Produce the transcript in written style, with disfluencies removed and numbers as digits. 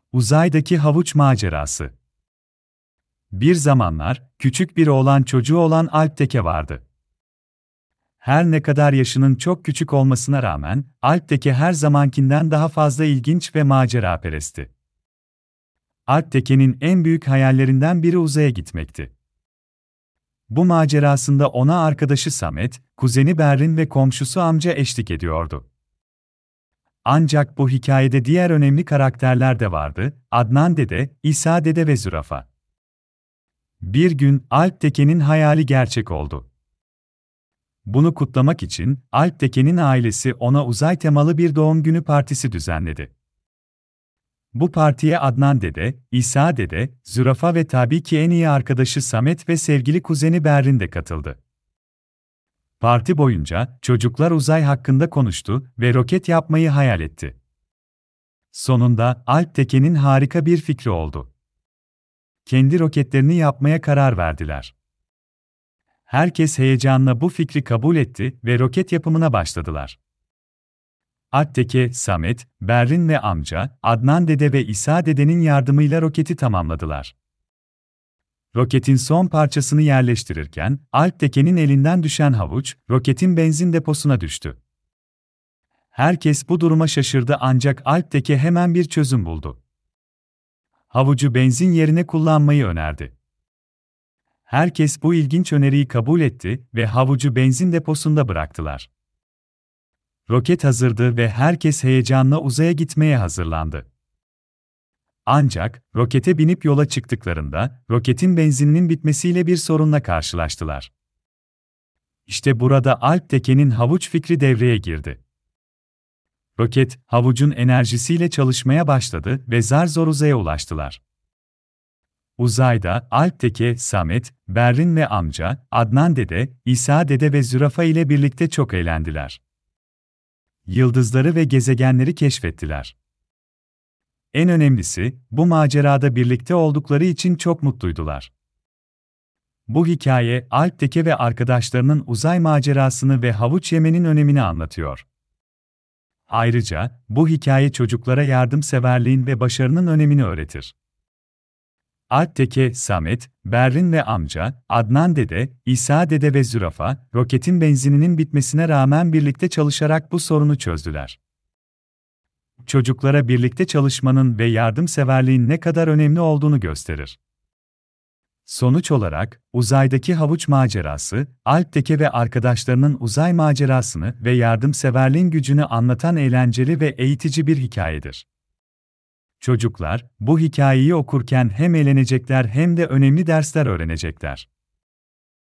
Uzaydaki havuç macerası. Bir zamanlar, küçük bir oğlan çocuğu olan Alpteke vardı. Her ne kadar yaşının çok küçük olmasına rağmen, Alpteke her zamankinden daha fazla ilginç ve maceraperestti. Alpteke'nin en büyük hayallerinden biri uzaya gitmekti. Bu macerasında ona arkadaşı Samet, kuzeni Berrin ve komşusu amca eşlik ediyordu. Ancak bu hikayede diğer önemli karakterler de vardı: Adnan dede, İsa dede ve zürafa. Bir gün Alpteke'nin hayali gerçek oldu. Bunu kutlamak için Alpteke'nin ailesi ona uzay temalı bir doğum günü partisi düzenledi. Bu partiye Adnan dede, İsa dede, zürafa ve tabii ki en iyi arkadaşı Samet ve sevgili kuzeni Berrin de katıldı. Parti boyunca çocuklar uzay hakkında konuştu ve roket yapmayı hayal etti. Sonunda Alpteke'nin harika bir fikri oldu. Kendi roketlerini yapmaya karar verdiler. Herkes heyecanla bu fikri kabul etti ve roket yapımına başladılar. Alpteke, Samet, Berrin ve amca, Adnan dede ve İsa dedenin yardımıyla roketi tamamladılar. Roketin son parçasını yerleştirirken, Alpteke'nin elinden düşen havuç, roketin benzin deposuna düştü. Herkes bu duruma şaşırdı ancak Alpteke hemen bir çözüm buldu. Havucu benzin yerine kullanmayı önerdi. Herkes bu ilginç öneriyi kabul etti ve havucu benzin deposunda bıraktılar. Roket hazırdı ve herkes heyecanla uzaya gitmeye hazırlandı. Ancak, rokete binip yola çıktıklarında, roketin benzininin bitmesiyle bir sorunla karşılaştılar. İşte burada Alpteke'nin havuç fikri devreye girdi. Roket, havucun enerjisiyle çalışmaya başladı ve zar zor uzaya ulaştılar. Uzayda, Alpteke, Samet, Berrin ve amca, Adnan dede, İsa dede ve zürafa ile birlikte çok eğlendiler. Yıldızları ve gezegenleri keşfettiler. En önemlisi, bu macerada birlikte oldukları için çok mutluydular. Bu hikaye, Alpteke ve arkadaşlarının uzay macerasını ve havuç yemenin önemini anlatıyor. Ayrıca, bu hikaye çocuklara yardımseverliğin ve başarının önemini öğretir. Alpteke, Samet, Berrin ve amca, Adnan dede, İsa dede ve zürafa, roketin benzininin bitmesine rağmen birlikte çalışarak bu sorunu çözdüler. Çocuklara birlikte çalışmanın ve yardımseverliğin ne kadar önemli olduğunu gösterir. Sonuç olarak, uzaydaki havuç macerası, Alpteke ve arkadaşlarının uzay macerasını ve yardımseverliğin gücünü anlatan eğlenceli ve eğitici bir hikayedir. Çocuklar, bu hikayeyi okurken hem eğlenecekler hem de önemli dersler öğrenecekler.